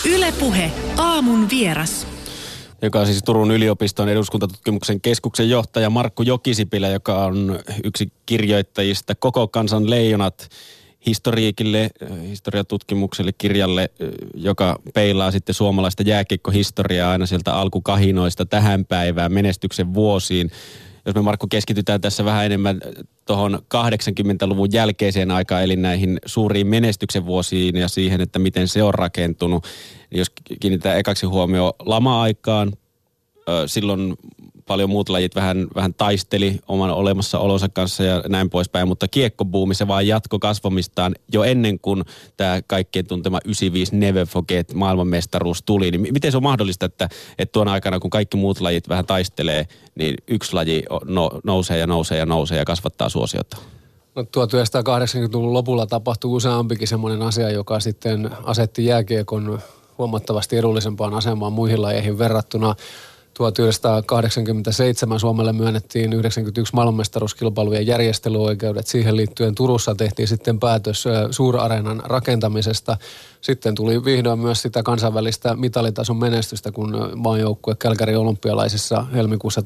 Yle Puhe, aamun vieras. Joka on siis Turun yliopiston eduskuntatutkimuksen keskuksen johtaja Markku Jokisipilä, joka on yksi kirjoittajista Koko kansan leijonat historiikille, historiatutkimukselle, kirjalle, joka peilaa sitten suomalaista jääkiekkohistoriaa aina sieltä alkukahinoista tähän päivään, menestyksen vuosiin. Jos me, Markku, keskitytään tässä vähän enemmän tuohon 80-luvun jälkeiseen aikaan, eli näihin suuriin menestyksen vuosiin ja siihen, että miten se on rakentunut. Jos kiinnitetään ekaksi huomioon lama-aikaan, silloin paljon muut lajit vähän taisteli oman olemassaolonsa kanssa ja näin poispäin, mutta kiekkobuumi se vaan jatko kasvamistaan jo ennen kuin tämä kaikkien tuntema 95 Never Forget maailmanmestaruus tuli. Niin miten se on mahdollista, että tuona aikana, kun kaikki muut lajit vähän taistelee, niin yksi laji nousee ja nousee ja nousee ja kasvattaa suosiota? No 1980-luvun lopulla tapahtui useampikin semmoinen asia, joka sitten asetti jääkiekon huomattavasti edullisempaan asemaan muihin lajeihin verrattuna. 1987 Suomelle myönnettiin 91 maailmanmestaruuskilpailujen järjestelyoikeudet. Siihen liittyen Turussa tehtiin sitten päätös suurareenan rakentamisesta. Sitten tuli vihdoin myös sitä kansainvälistä mitalitason menestystä, kun maajoukkue Kälkärin olympialaisissa helmikuussa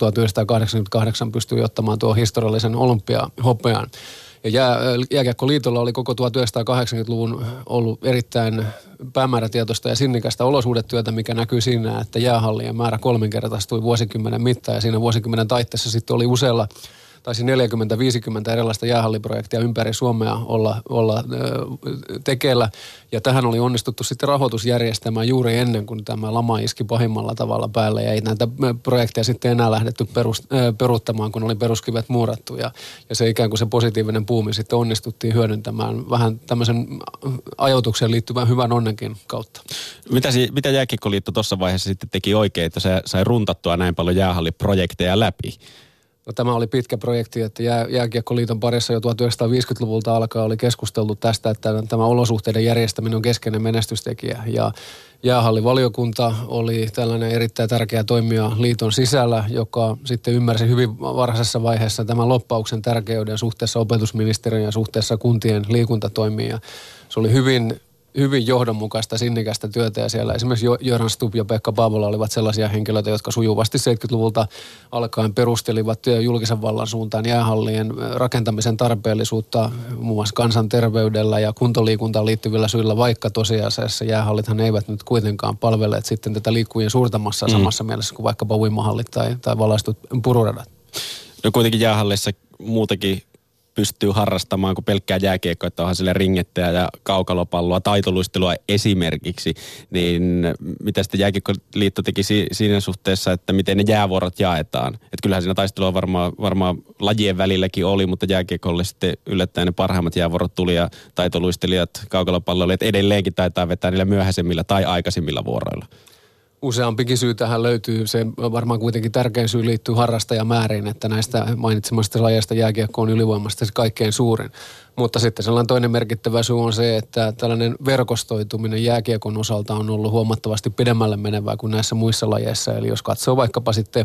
1988 pystyi ottamaan tuon historiallisen olympiahopean. Ja Jääkiekkoliitolla oli koko 1980-luvun ollut erittäin päämäärätietoista ja sinnikästä olosuhdetyötä, mikä näkyy siinä, että jäähallien määrä kolminkertaistui vuosikymmenen mittaan. Ja siinä vuosikymmenen taitteessa sitten oli usealla, taisi 40-50 erilaista jäähalliprojektia ympäri Suomea olla tekeillä. Ja tähän oli onnistuttu sitten rahoitus järjestämään juuri ennen kuin tämä lama iski pahimmalla tavalla päälle. Ja ei näitä projekteja sitten enää lähdetty peruuttamaan, kun oli peruskivet muurattu. Ja se ikään kuin se positiivinen puumi sitten onnistuttiin hyödyntämään vähän tämmöisen ajoitukseen liittyvän hyvän onnenkin kautta. Mitä Jääkiekkoliitto tuossa vaiheessa sitten teki oikein, että se sai runtattua näin paljon jäähalliprojekteja läpi? No, tämä oli pitkä projekti, että Jääkiekkoliiton parissa jo 1950-luvulta alkaa oli keskusteltu tästä, että tämä olosuhteiden järjestäminen on keskeinen menestystekijä. Ja jäähallivaliokunta oli tällainen erittäin tärkeä toimija liiton sisällä, joka sitten ymmärsi hyvin varhaisessa vaiheessa tämän lobbauksen tärkeyden suhteessa opetusministeriön ja suhteessa kuntien liikuntatoimiin. Ja se oli hyvin johdonmukaista, sinnikästä työtä ja siellä esimerkiksi Göran Stubb ja Pekka Paavola olivat sellaisia henkilöitä, jotka sujuvasti 70-luvulta alkaen perustelivat julkisen vallan suuntaan jäähallien rakentamisen tarpeellisuutta muun muassa kansanterveydellä ja kuntoliikuntaan liittyvillä syillä, vaikka tosiasiassa jäähallithan eivät nyt kuitenkaan palvelleet sitten tätä liikkujien suurtamassa samassa mielessä kuin vaikkapa uimahallit tai valaistut pururadat. No kuitenkin jäähallissa muutakin pystyy harrastamaan kuin pelkkää jääkiekkoa, että onhan sille ringettejä ja kaukalopalloa, taitoluistelua esimerkiksi, niin mitä sitten Jääkiekkoliitto teki siinä suhteessa, että miten ne jäävuorot jaetaan? Että kyllähän siinä taistelua varmaan lajien välilläkin oli, mutta jääkiekolle sitten yllättäen ne parhaimmat jäävuorot tuli ja taitoluistelijat, kaukalopalloilijat edelleenkin taitaa vetää niillä myöhäisemmillä tai aikaisemmilla vuoroilla. Useampikin syy tähän löytyy. Se varmaan kuitenkin tärkein syy liittyy harrastajamääriin, että näistä mainitsemasta lajeista jääkiekko on ylivoimasta se kaikkein suurin. Mutta sitten sellainen toinen merkittävä syy on se, että tällainen verkostoituminen jääkiekon osalta on ollut huomattavasti pidemmälle menevää kuin näissä muissa lajeissa. Eli jos katsoo vaikkapa sitten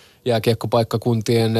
jääkiekkopaikkakuntien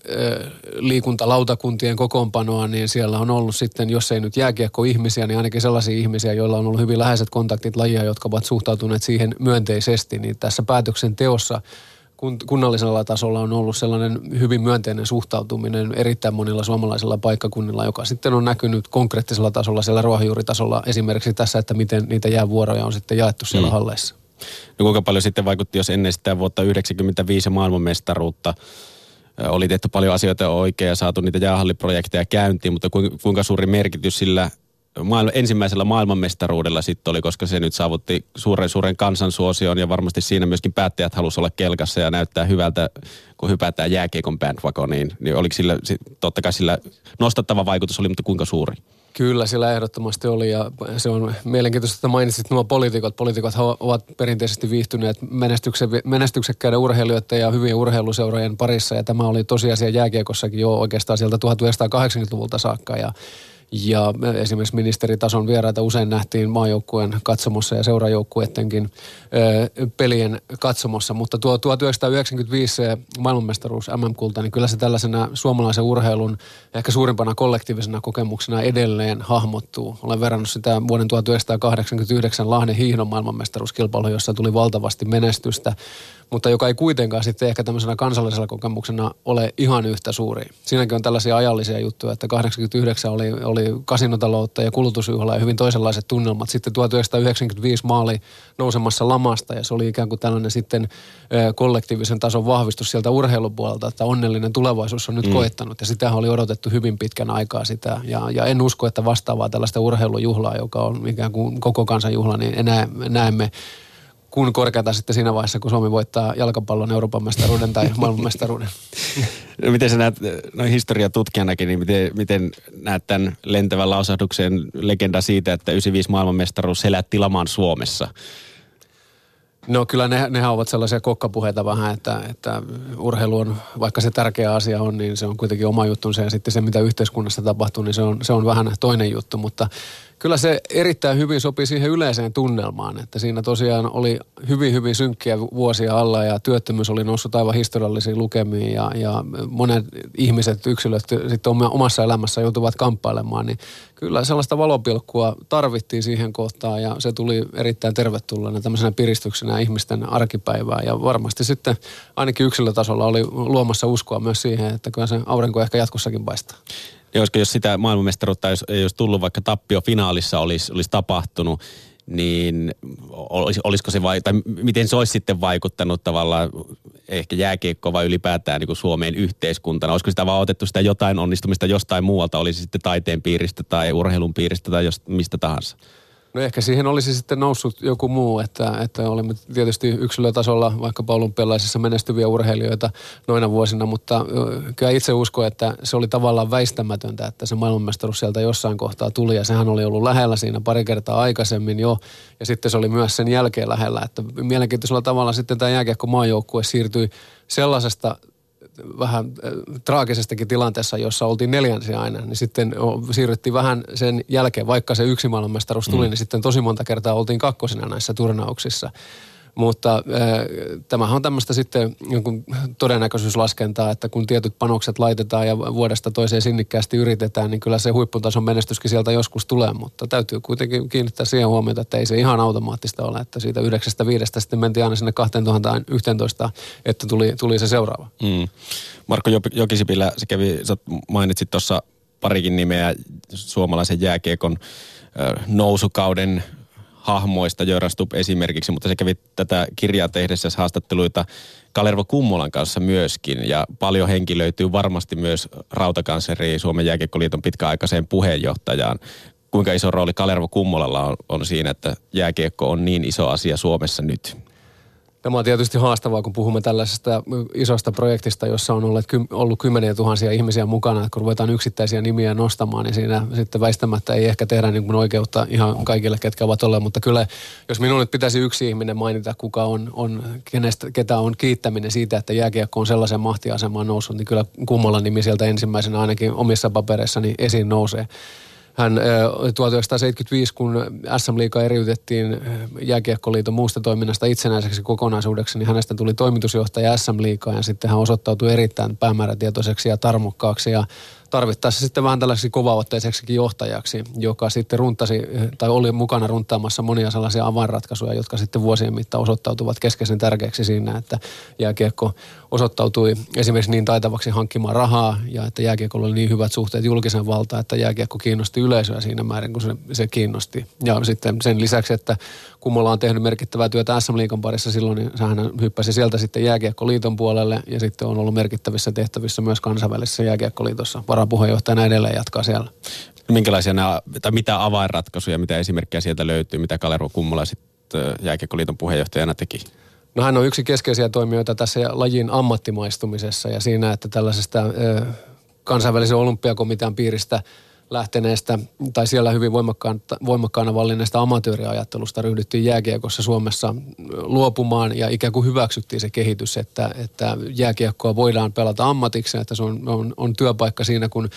liikuntalautakuntien kokoonpanoa, niin siellä on ollut sitten, jos ei nyt jääkiekkoihmisiä, niin ainakin sellaisia ihmisiä, joilla on ollut hyvin läheiset kontaktit lajia, jotka ovat suhtautuneet siihen myönteisesti. Niin tässä päätöksenteossa kunnallisella tasolla on ollut sellainen hyvin myönteinen suhtautuminen erittäin monilla suomalaisilla paikkakunnilla, joka sitten on näkynyt konkreettisella tasolla siellä ruohonjuuritasolla esimerkiksi tässä, että miten niitä jäävuoroja on sitten jaettu siellä halleissa. No kuinka paljon sitten vaikutti, jos ennen sitä vuotta 1995 maailmanmestaruutta oli tehty paljon asioita oikein ja saatu niitä jäähalliprojekteja käyntiin, mutta kuinka suuri merkitys sillä ensimmäisellä maailmanmestaruudella sitten oli, koska se nyt saavutti suuren kansansuosion ja varmasti siinä myöskin päättäjät halusi olla kelkassa ja näyttää hyvältä, kun hypätään jääkiekon bandwagoniin. Niin oliko sillä, totta kai sillä nostattava vaikutus oli, mutta kuinka suuri? Kyllä, sillä ehdottomasti oli ja se on mielenkiintoista, että mainitsit nuo poliitikot. Poliitikot ovat perinteisesti viihtyneet menestyksekkäiden urheilijoiden ja hyvien urheiluseurojen parissa ja tämä oli tosiasia jääkiekossakin jo oikeastaan sieltä 1980-luvulta saakka Ja esimerkiksi ministeritason vieraita usein nähtiin maajoukkueen katsomossa ja seurajoukkueidenkin pelien katsomossa. Mutta tuo 1995 maailmanmestaruus MM-kulta, niin kyllä se tällaisena suomalaisen urheilun ehkä suurimpana kollektiivisena kokemuksena edelleen hahmottuu. Olen verrannut sitä vuoden 1989 Lahden hiihdon maailmanmestaruuskilpailuun, jossa tuli valtavasti menestystä, mutta joka ei kuitenkaan sitten ehkä tämmöisenä kansallisella kokemuksena ole ihan yhtä suuri. Siinäkin on tällaisia ajallisia juttuja, että 89 oli kasinotaloutta ja kulutusjuhlaa ja hyvin toisenlaiset tunnelmat. Sitten 1995 maali nousemassa lamasta ja se oli ikään kuin tällainen sitten kollektiivisen tason vahvistus sieltä urheilupuolelta, että onnellinen tulevaisuus on nyt koettanut ja sitä oli odotettu hyvin pitkän aikaa sitä. Ja en usko, että vastaavaa tällaista urheilujuhlaa, joka on ikään kuin koko kansan juhla, niin enää näemme kun korkeata sitten siinä vaiheessa, kun Suomi voittaa jalkapallon Euroopan mestaruuden tai maailmanmestaruuden. No, miten sä näet, historiatutkijanakin, niin miten näet tämän lentävän lausahduksen legenda siitä, että 95 maailmanmestaruus selätti laman Suomessa? No kyllä nehän ovat sellaisia kokkapuheita vähän, että urheilu on, vaikka se tärkeä asia on, niin se on kuitenkin oma juttunsa ja sitten se, mitä yhteiskunnassa tapahtuu, niin se on vähän toinen juttu, mutta kyllä se erittäin hyvin sopii siihen yleiseen tunnelmaan, että siinä tosiaan oli hyvin, hyvin synkkiä vuosia alla ja työttömyys oli noussut aivan historiallisiin lukemiin ja monet ihmiset, yksilöt sitten omassa elämässä joutuvat kamppailemaan, niin kyllä sellaista valopilkkua tarvittiin siihen kohtaan ja se tuli erittäin tervetulleena tämmöisenä piristyksenä ihmisten arkipäivää ja varmasti sitten ainakin yksilötasolla oli luomassa uskoa myös siihen, että kyllä se aurinko ehkä jatkossakin paistaa. Ja olisiko, jos sitä maailmanmestaruutta ei olisi tullut, vaikka tappio finaalissa olisi tapahtunut, niin olisiko se tai miten se olisi sitten vaikuttanut tavallaan ehkä jääkiekkoon vai ylipäätään niin kuin Suomeen yhteiskuntana? Olisiko sitä vaan otettu sitä jotain onnistumista jostain muualta, olisi sitten taiteen piiristä tai urheilun piiristä tai mistä tahansa? No ehkä siihen olisi sitten noussut joku muu, että olimme tietysti yksilötasolla vaikkapa olympialaisissa menestyviä urheilijoita noina vuosina, mutta kyllä itse uskon, että se oli tavallaan väistämätöntä, että se maailmanmestaruus sieltä jossain kohtaa tuli ja sehän oli ollut lähellä siinä pari kertaa aikaisemmin jo ja sitten se oli myös sen jälkeen lähellä, että mielenkiintoisella tavalla sitten tämä jääkiekko-maajoukkue siirtyi sellaisesta vähän traagisestakin tilanteessa, jossa oltiin neljänsijainen, niin sitten siirryttiin vähän sen jälkeen, vaikka se yksi maailmanmestaruus tuli, niin sitten tosi monta kertaa oltiin kakkosina näissä turnauksissa. Mutta tämähän on tämmöistä sitten jonkun todennäköisyyslaskentaa, että kun tietyt panokset laitetaan ja vuodesta toiseen sinnikkäästi yritetään, niin kyllä se huipputason menestyskin sieltä joskus tulee, mutta täytyy kuitenkin kiinnittää siihen huomiota, että ei se ihan automaattista ole, että siitä 9-5 sitten mentiin aina sinne 2011, että tuli se seuraava. Markku Jokisipilä, sä mainitsit tuossa parikin nimeä suomalaisen jääkiekon nousukauden hahmoista, Göran Stubb esimerkiksi, mutta se kävi tätä kirjaa tehdessä haastatteluita Kalervo Kummolan kanssa myöskin, ja paljon henki löytyy varmasti myös rautakansleri Suomen jääkiekkoliiton pitkäaikaiseen puheenjohtajaan. Kuinka iso rooli Kalervo Kummolalla on siinä, että jääkiekko on niin iso asia Suomessa nyt? Tämä on tietysti haastavaa, kun puhumme tällaisesta isosta projektista, jossa on ollut kymmeniä tuhansia ihmisiä mukana. Kun ruvetaan yksittäisiä nimiä nostamaan, niin siinä sitten väistämättä ei ehkä tehdä niin kuin oikeutta ihan kaikille, ketkä ovat olleet. Mutta kyllä, jos minun nyt pitäisi yksi ihminen mainita, kuka ketä on kiittäminen siitä, että jääkiekko on sellaisen mahtiasemaan noussut, niin kyllä Kummolan nimi sieltä ensimmäisenä ainakin omissa papereissani esiin nousee. Hän 1975, kun SM-liiga eriytettiin Jääkiekkoliiton muusta toiminnasta itsenäiseksi kokonaisuudeksi, niin hänestä tuli toimitusjohtaja SM-liigaan ja sitten hän osoittautui erittäin päämäärätietoiseksi ja tarmokkaaksi ja tarvittaessa sitten vähän tällaiseksi kovaotteiseksikin johtajaksi, joka sitten runtasi tai oli mukana runtaamassa monia sellaisia avainratkaisuja, jotka sitten vuosien mittaan osoittautuvat keskeisen tärkeäksi siinä, että jääkiekko osoittautui esimerkiksi niin taitavaksi hankkimaan rahaa ja että jääkiekolla oli niin hyvät suhteet julkisen valtaan, että jääkiekko kiinnosti yleisöä siinä määrin, kun se kiinnosti. Ja sitten sen lisäksi, että Kummola on tehnyt merkittävää työtä SM-liigan parissa silloin, niin hän hyppäsi sieltä sitten Jääkiekkoliiton puolelle ja sitten on ollut merkittävissä tehtävissä myös kansainvälisessä Jääkiekkoliitossa. Varapuheenjohtajana edelleen jatkaa siellä. Minkälaisia tai mitä avainratkaisuja, mitä esimerkkejä sieltä löytyy, mitä Kalervo Kummola sitten Jääkiekkoliiton puheenjohtajana teki? No hän on yksi keskeisiä toimijoita tässä lajin ammattimaistumisessa ja siinä, että tällaisesta kansainvälisen olympiakomitean piiristä lähteneestä tai siellä hyvin voimakkaana vallinneesta amatööriajattelusta ryhdyttiin jääkiekossa Suomessa luopumaan ja ikään kuin hyväksyttiin se kehitys, että jääkiekkoa voidaan pelata ammatiksi, että se on työpaikka siinä, kun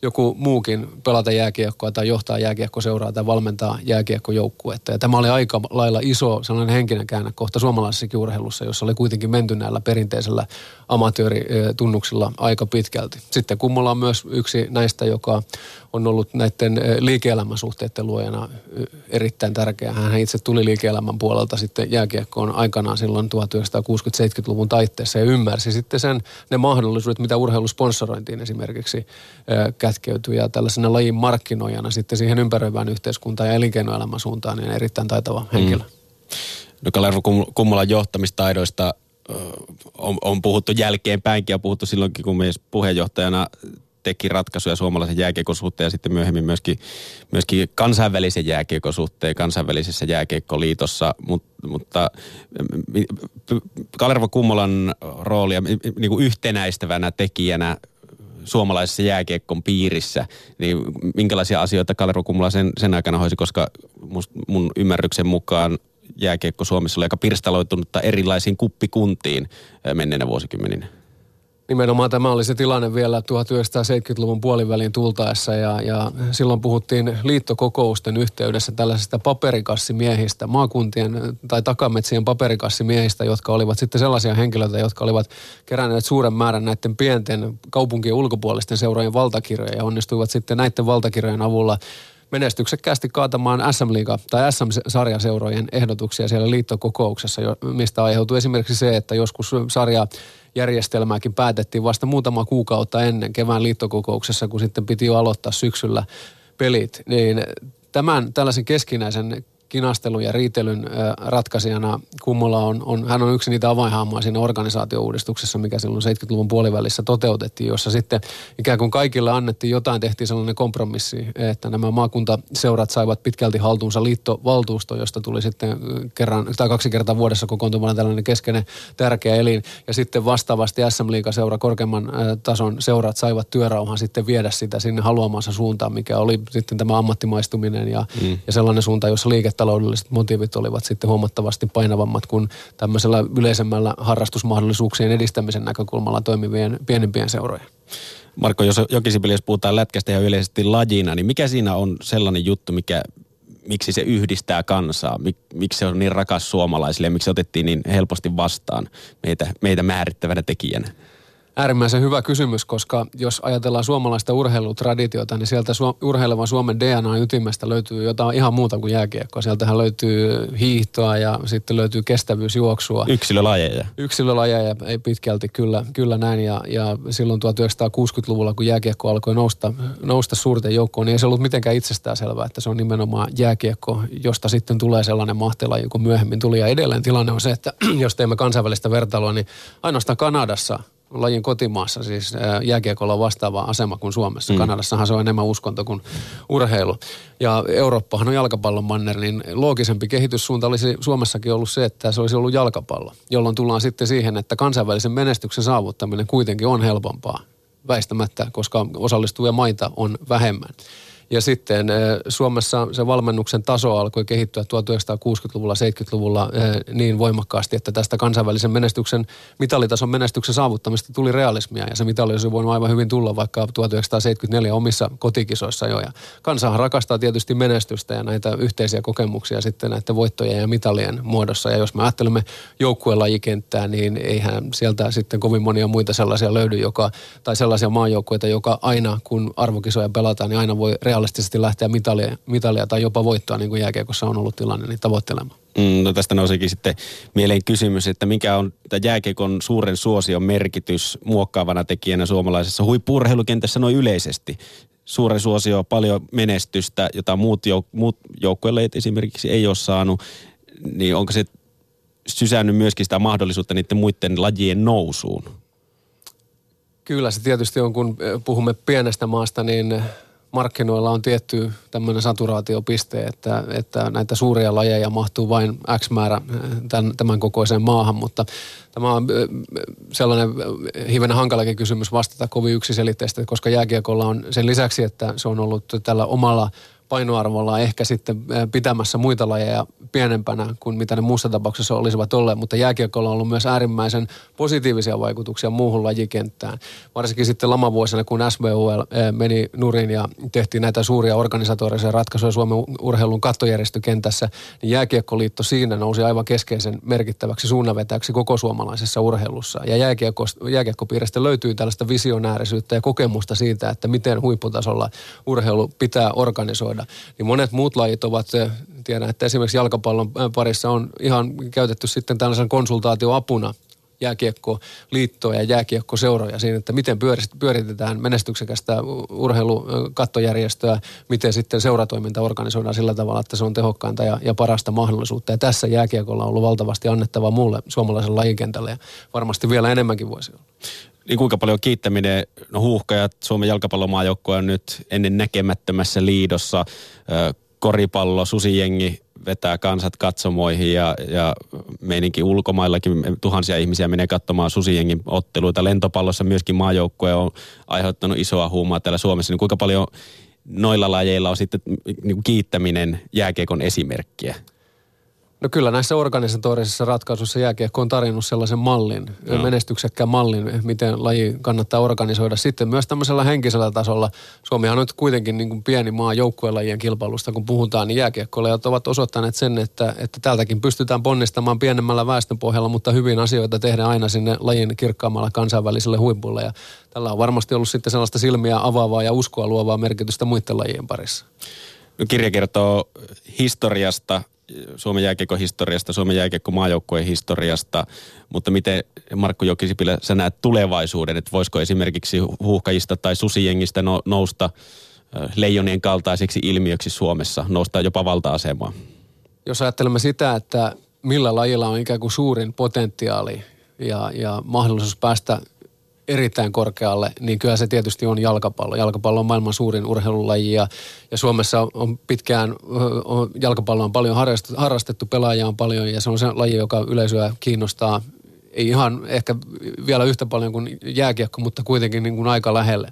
joku muukin pelata jääkiekkoa tai johtaa jääkiekkoseuraa tai valmentaa jääkiekkojoukkuetta. Ja tämä oli aika lailla iso sellainen henkinen käännekohta suomalaisessakin urheilussa, jossa oli kuitenkin menty näillä perinteisellä amatööritunnuksilla aika pitkälti. Sitten Kummola on myös yksi näistä, joka on ollut näiden liike-elämän suhteiden luojana erittäin tärkeä. Hän itse tuli liike-elämän puolelta sitten jääkiekkoon aikanaan silloin 1960-70-luvun taitteessa ja ymmärsi sitten ne mahdollisuudet, mitä urheilusponsorointiin esimerkiksi kätkeytyi ja tällaisena lajin markkinoijana sitten siihen ympäröivään yhteiskuntaan ja elinkeinoelämän suuntaan niin erittäin taitava henkilö. No Kalervo Kummolan johtamistaidoista on puhuttu jälkeenpäinkin ja puhuttu silloinkin, kun mies puheenjohtajana teki ratkaisuja suomalaisen jääkiekon suhteen ja sitten myöhemmin myöskin kansainvälisen jääkiekon suhteen kansainvälisessä jääkiekkoliitossa, mutta Kalervo Kummolan roolia niin kuin yhtenäistävänä tekijänä suomalaisessa jääkiekon piirissä, niin minkälaisia asioita Kalervo Kummola sen aikana hoisi, koska mun ymmärryksen mukaan jääkiekko Suomessa oli aika pirstaloitunutta erilaisiin kuppikuntiin menneenä vuosikymmeninä. Nimenomaan tämä oli se tilanne vielä 1970-luvun puolivälin tultaessa ja silloin puhuttiin liittokokousten yhteydessä tällaisista paperikassimiehistä, maakuntien tai takametsien paperikassimiehistä, jotka olivat sitten sellaisia henkilöitä, jotka olivat keränneet suuren määrän näiden pienten kaupunkien ulkopuolisten seurojen valtakirjoja ja onnistuivat sitten näiden valtakirjojen avulla menestyksekkäästi kaatamaan SM-liiga tai SM-sarjaseurojen ehdotuksia siellä liittokokouksessa, mistä aiheutui esimerkiksi se, että joskus sarjajärjestelmääkin päätettiin vasta muutama kuukautta ennen kevään liittokokouksessa, kun sitten piti jo aloittaa syksyllä pelit. Niin tällaisen keskinäisen kinastelun ja riitelyn ratkaisijana Kummola hän on yksi niitä avainhahmoja siinä organisaatiouudistuksessa, mikä silloin 70-luvun puolivälissä toteutettiin, jossa sitten ikään kuin kaikille annettiin jotain, tehtiin sellainen kompromissi, että nämä maakuntaseurat saivat pitkälti haltuunsa liittovaltuusto, josta tuli sitten kaksi kertaa vuodessa kokoontumana tällainen keskeinen tärkeä elin, ja sitten vastaavasti SM-liigaseura, korkeamman tason seurat saivat työrauhan sitten viedä sitä sinne haluamansa suuntaan, mikä oli sitten tämä ammattimaistuminen ja sellainen suunta, jossa taloudelliset motiivit olivat sitten huomattavasti painavammat kuin tämmöisellä yleisemmällä harrastusmahdollisuuksien edistämisen näkökulmalla toimivien pienempien seurojen. Marko, jos Jokisipeli, jos puhutaan lätkästä ja yleisesti lajina, niin mikä siinä on sellainen juttu, miksi se yhdistää kansaa? Miksi se on niin rakas suomalaisille ja miksi se otettiin niin helposti vastaan meitä määrittävänä tekijänä? Äärimmäisen hyvä kysymys, koska jos ajatellaan suomalaista urheilutraditiota, niin sieltä urheilevan Suomen DNA-ytimestä löytyy jotain ihan muuta kuin jääkiekkoa. Sieltähän löytyy hiihtoa ja sitten löytyy kestävyysjuoksua. Yksilölajeja ei pitkälti, kyllä näin. Ja silloin 1960-luvulla, kun jääkiekko alkoi nousta suurten joukkoon, niin ei se ollut mitenkään itsestään selvää, että se on nimenomaan jääkiekko, josta sitten tulee sellainen mahtelaji, kun myöhemmin tuli. Ja edelleen tilanne on se, että jos teemme kansainvälistä vertailua, niin ainoastaan Kanadassa lajin kotimaassa siis jääkiekolla on vastaava asema kuin Suomessa. Kanadassahan se on enemmän uskonto kuin urheilu. Ja Eurooppahan on jalkapallon manner, niin loogisempi kehityssuunta olisi Suomessakin ollut se, että se olisi ollut jalkapallo, jolloin tullaan sitten siihen, että kansainvälisen menestyksen saavuttaminen kuitenkin on helpompaa väistämättä, koska osallistuvia maita on vähemmän. Ja sitten Suomessa se valmennuksen taso alkoi kehittyä 1960-luvulla, 70-luvulla niin voimakkaasti, että tästä kansainvälisen mitalitason menestyksen saavuttamista tuli realismia. Ja se mitali olisi voinut aivan hyvin tulla vaikka 1974 omissa kotikisoissa jo. Ja kansahan rakastaa tietysti menestystä ja näitä yhteisiä kokemuksia sitten näiden voittojen ja mitalien muodossa. Ja jos me ajattelemme joukkuelajikenttää, niin eihän sieltä sitten kovin monia muita sellaisia löydy, tai sellaisia maajoukkueita, joka aina kun arvokisoja pelataan, niin aina voi realistisesti lähteä mitalia tai jopa voittoa, niin kuin jääkiekossa on ollut tilanne, niin tavoittelemaan. No tästä nousikin sitten mieleen kysymys, että mikä on jääkiekon suuren suosion merkitys muokkaavana tekijänä suomalaisessa huippu-urheilukentässä noin yleisesti. Suuren suosio, paljon menestystä, jota muut joukkuelajit esimerkiksi ei ole saanut, niin onko se sysännyt myöskin sitä mahdollisuutta niiden muiden lajien nousuun? Kyllä se tietysti on, kun puhumme pienestä maasta, niin markkinoilla on tietty tämmöinen saturaatiopiste, että näitä suuria lajeja mahtuu vain X määrä tämän kokoiseen maahan, mutta tämä on sellainen hivenen hankalakin kysymys vastata kovin yksiselitteistä, koska jääkiekolla on sen lisäksi, että se on ollut tällä omalla painoarvolla ehkä sitten pitämässä muita lajeja pienempänä kuin mitä ne muussa tapauksessa olisivat olleet, mutta jääkiekolla on ollut myös äärimmäisen positiivisia vaikutuksia muuhun lajikenttään. Varsinkin sitten lamavuosina, kun SVUL meni nurin ja tehtiin näitä suuria organisatorisia ratkaisuja Suomen urheilun kattojärjestökentässä, niin Jääkiekkoliitto siinä nousi aivan keskeisen merkittäväksi suunnanvetäjäksi koko suomalaisessa urheilussa. Ja jääkiekkopiiristä löytyy tällaista visionäärisyyttä ja kokemusta siitä, että miten huipputasolla urheilu pitää organisoida. Niin monet muut lajit ovat, tiedän, että esimerkiksi jalkapallon parissa on ihan käytetty sitten tällaisen konsultaatioapuna jääkiekkoliittoa ja jääkiekkoseuroja siinä, että miten pyöritetään menestyksekästä urheilukattojärjestöä, miten sitten seuratoiminta organisoidaan sillä tavalla, että se on tehokkainta ja parasta mahdollisuutta. Ja tässä jääkiekolla on ollut valtavasti annettavaa muulle suomalaisen lajikentälle ja varmasti vielä enemmänkin voisi olla. Niin kuinka paljon kiittäminen, Huuhkajat, Suomen jalkapallomaajoukkue on nyt ennen näkemättömässä liidossa, koripallo, susijengi vetää kansat katsomoihin ja meininkin ulkomaillakin tuhansia ihmisiä menee katsomaan susijengin otteluita. Lentopallossa myöskin maajoukkue on aiheuttanut isoa huumaa täällä Suomessa. Niin kuinka paljon noilla lajeilla on sitten niin kuin kiittäminen jääkiekon esimerkkiä? No kyllä näissä organisatorisissa ratkaisuissa jääkiekko on tarjonnut sellaisen mallin, menestyksekkään mallin, miten laji kannattaa organisoida. Sitten myös tämmöisellä henkisellä tasolla. Suomihan on nyt kuitenkin niin kuin pieni maa joukkuelajien kilpailusta, kun puhutaan, niin jääkiekkoilijat ovat osoittaneet sen, että täältäkin pystytään ponnistamaan pienemmällä väestönpohjalla, mutta hyvin asioita tehdään aina sinne lajin kirkkaammalla kansainväliselle huipulle. Ja tällä on varmasti ollut sitten sellaista silmiä avaavaa ja uskoa luovaa merkitystä muiden lajien parissa. No, kirja kertoo historiasta, Suomen jääkiekon historiasta, Suomen jääkiekon maajoukkueen historiasta, mutta miten, Markku Jokisipilä, sä näet tulevaisuuden, että voisiko esimerkiksi huuhkajista tai susijengistä nousta leijonien kaltaisiksi ilmiöksi Suomessa, nousta jopa valta-asemaan? Jos ajattelemme sitä, että millä lajilla on ikään kuin suurin potentiaali ja mahdollisuus päästä erittäin korkealle, niin kyllä se tietysti on jalkapallo. Jalkapallo on maailman suurin urheilulaji ja Suomessa on pitkään, jalkapallo on paljon harrastettu, pelaajia on paljon ja se on se laji, joka yleisöä kiinnostaa. Ei ihan ehkä vielä yhtä paljon kuin jääkiekko, mutta kuitenkin niin kuin aika lähelle.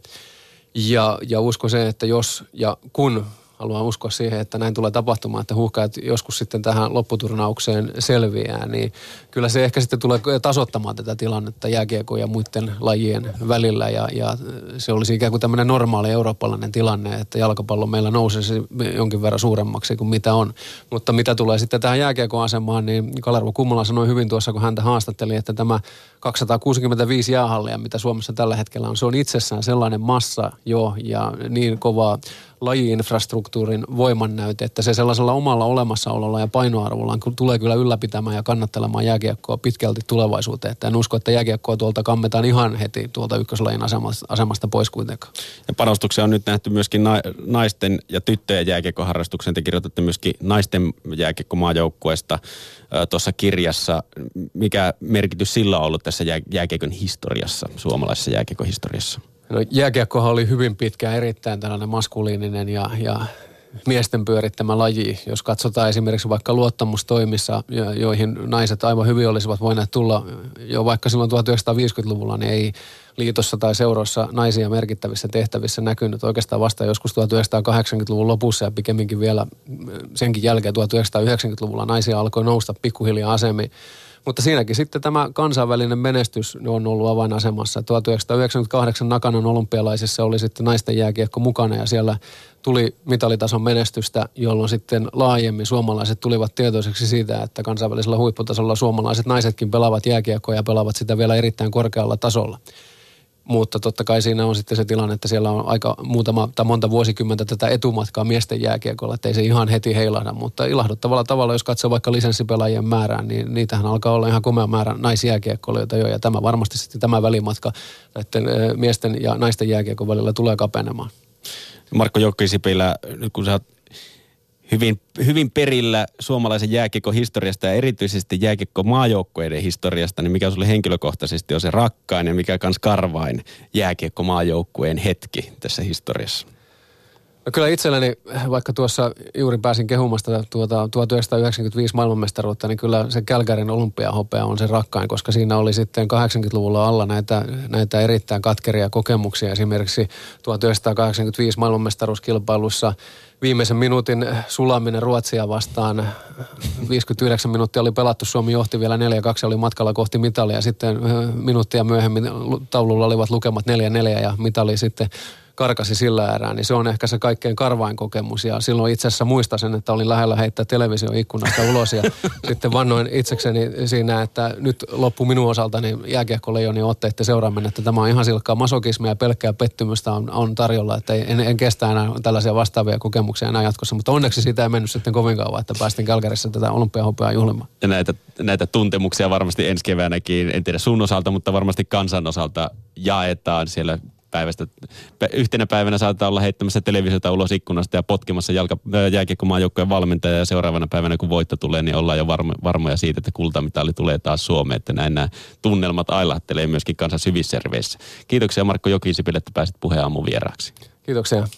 Ja usko se, että jos ja kun haluan uskoa siihen, että näin tulee tapahtumaan, että Huuhkajat joskus sitten tähän lopputurnaukseen selviää, niin kyllä se ehkä sitten tulee tasoittamaan tätä tilannetta jääkiekon ja muiden lajien välillä ja se olisi ikään kuin tämmöinen normaali eurooppalainen tilanne, että jalkapallo meillä nousisi jonkin verran suuremmaksi kuin mitä on. Mutta mitä tulee sitten tähän jääkiekon asemaan, niin Kalervo Kummola sanoi hyvin tuossa, kun häntä haastatteli, että tämä 265 jäähallia, mitä Suomessa tällä hetkellä on, se on itsessään sellainen massa jo ja niin kova laji-infrastruktuurin voimannäyte, että se sellaisella omalla olemassaololla ja painoarvollaan tulee kyllä ylläpitämään ja kannattelemaan jääkiekkoa pitkälti tulevaisuuteen. Että en usko, että jääkiekkoa tuolta kammetaan ihan heti tuolta ykköslajin asemasta pois kuitenkaan. Ja panostuksia on nyt nähty myöskin naisten ja tyttöjen jääkiekkoharrastukseen. Te kirjoitatte myöskin naisten jääkiekkomaajoukkueesta tuossa kirjassa. Mikä merkitys sillä on ollut tässä jääkiekon historiassa, suomalaisessa jääkiekon historiassa? No, jääkiekkohan oli hyvin pitkään erittäin tällainen maskuliininen ja miesten pyörittämä laji. Jos katsotaan esimerkiksi vaikka luottamustoimissa, joihin naiset aivan hyvin olisivat voineet tulla jo vaikka silloin 1950-luvulla, niin ei liitossa tai seuroissa naisia merkittävissä tehtävissä näkynyt oikeastaan vasta joskus 1980-luvun lopussa ja pikemminkin vielä senkin jälkeen 1990-luvulla naisia alkoi nousta pikkuhiljaa asemiin. Mutta siinäkin sitten tämä kansainvälinen menestys on ollut avainasemassa. 1998 Nakanon olympialaisissa oli sitten naisten jääkiekko mukana ja siellä tuli mitalitason menestystä, jolloin sitten laajemmin suomalaiset tulivat tietoiseksi siitä, että kansainvälisellä huipputasolla suomalaiset naisetkin pelaavat jääkiekkoa ja pelaavat sitä vielä erittäin korkealla tasolla. Mutta totta kai siinä on sitten se tilanne, että siellä on aika monta vuosikymmentä tätä etumatkaa miesten jääkiekolla, että ei se ihan heti heilahda. Mutta ilahduttavalla tavalla, jos katsoo vaikka lisenssipelaajien määrää, niin niitähän alkaa olla ihan komea määrä naisjääkiekkoilijoita jo. Ja tämä varmasti sitten tämä välimatka näiden miesten ja naisten jääkiekon välillä tulee kapenemaan. Markku Jokisipilä, nyt kun sä oot hyvin perillä suomalaisen jääkiekon historiasta ja erityisesti jääkiekko maajoukkueiden historiasta, niin mikä sulle henkilökohtaisesti on se rakkain ja mikä kans karvain jääkiekko maajoukkueen hetki tässä historiassa? No kyllä itselläni, vaikka tuossa juuri pääsin kehumasta 1995 maailmanmestaruutta, niin kyllä se Calgaryn olympiahopea on se rakkain, koska siinä oli sitten 80-luvulla alla näitä erittäin katkeria kokemuksia. Esimerkiksi 1985 maailmanmestaruuskilpailussa viimeisen minuutin sulaminen Ruotsia vastaan. 59 minuuttia oli pelattu, Suomi johti vielä 4-2, oli matkalla kohti mitalia. Sitten minuuttia myöhemmin taululla olivat lukemat 4-4 ja mitali sitten karkasi sillä erää, niin se on ehkä se kaikkein karvain kokemus. Ja silloin itse asiassa muistan, että olin lähellä heittää televisioikkunasta ulos ja sitten vannoin itsekseni siinä, että nyt loppu minun osaltani jääkiekkoleijonin otteiden seuraaminen, että tämä on ihan silkkaa masokismia ja pelkkää pettymystä on tarjolla, että en kestä enää tällaisia vastaavia kokemuksia enää jatkossa. Mutta onneksi siitä ei mennyt sitten kovin kauan, että päästin Calgaryssa tätä olympiahopeaa juhlimaan. Ja näitä tuntemuksia varmasti ensi keväänäkin, en tiedä sun osalta, mutta varmasti kansan osalta jaetaan siellä yhtenä päivänä saattaa olla heittämässä televisiota ulos ikkunasta ja potkimassa jääkiekkomaajoukkojen valmentajaa ja seuraavana päivänä kun voitto tulee, niin ollaan jo varmoja siitä, että kultamitali tulee taas Suomeen, että näin nämä tunnelmat ailahtelee myöskin kansan syvissä riveissä. Kiitoksia Markku Jokisipilä, että pääsit Puheen Aamun vieraaksi. Kiitoksia.